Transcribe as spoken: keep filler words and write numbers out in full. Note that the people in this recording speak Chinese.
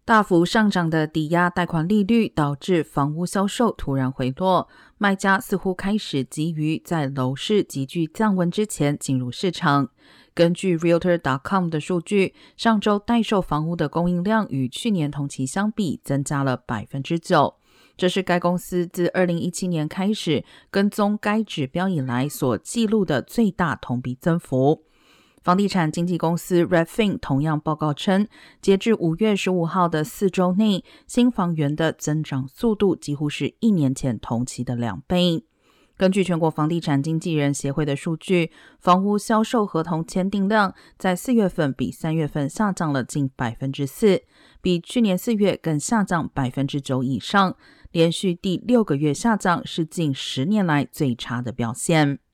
大幅上涨的抵押贷款利率导致房屋销售突然回落，卖家似乎开始急于在楼市急剧降温之前进入市场。根据 Realtor 点 com 的数据，上周待售房屋的供应量与去年同期相比增加了 百分之九， 这是该公司自二零一七年开始跟踪该指标以来所记录的最大同比增幅。房地产经纪公司 Redfin 同样报告称，截至五月十五号的四周内，新房源的增长速度几乎是一年前同期的两倍。根据全国房地产经纪人协会的数据，房屋销售合同签订量在四月份比三月份下降了近 百分之四， 比去年四月更下降 百分之九 以上，连续第六个月下降，是近十年来最差的表现。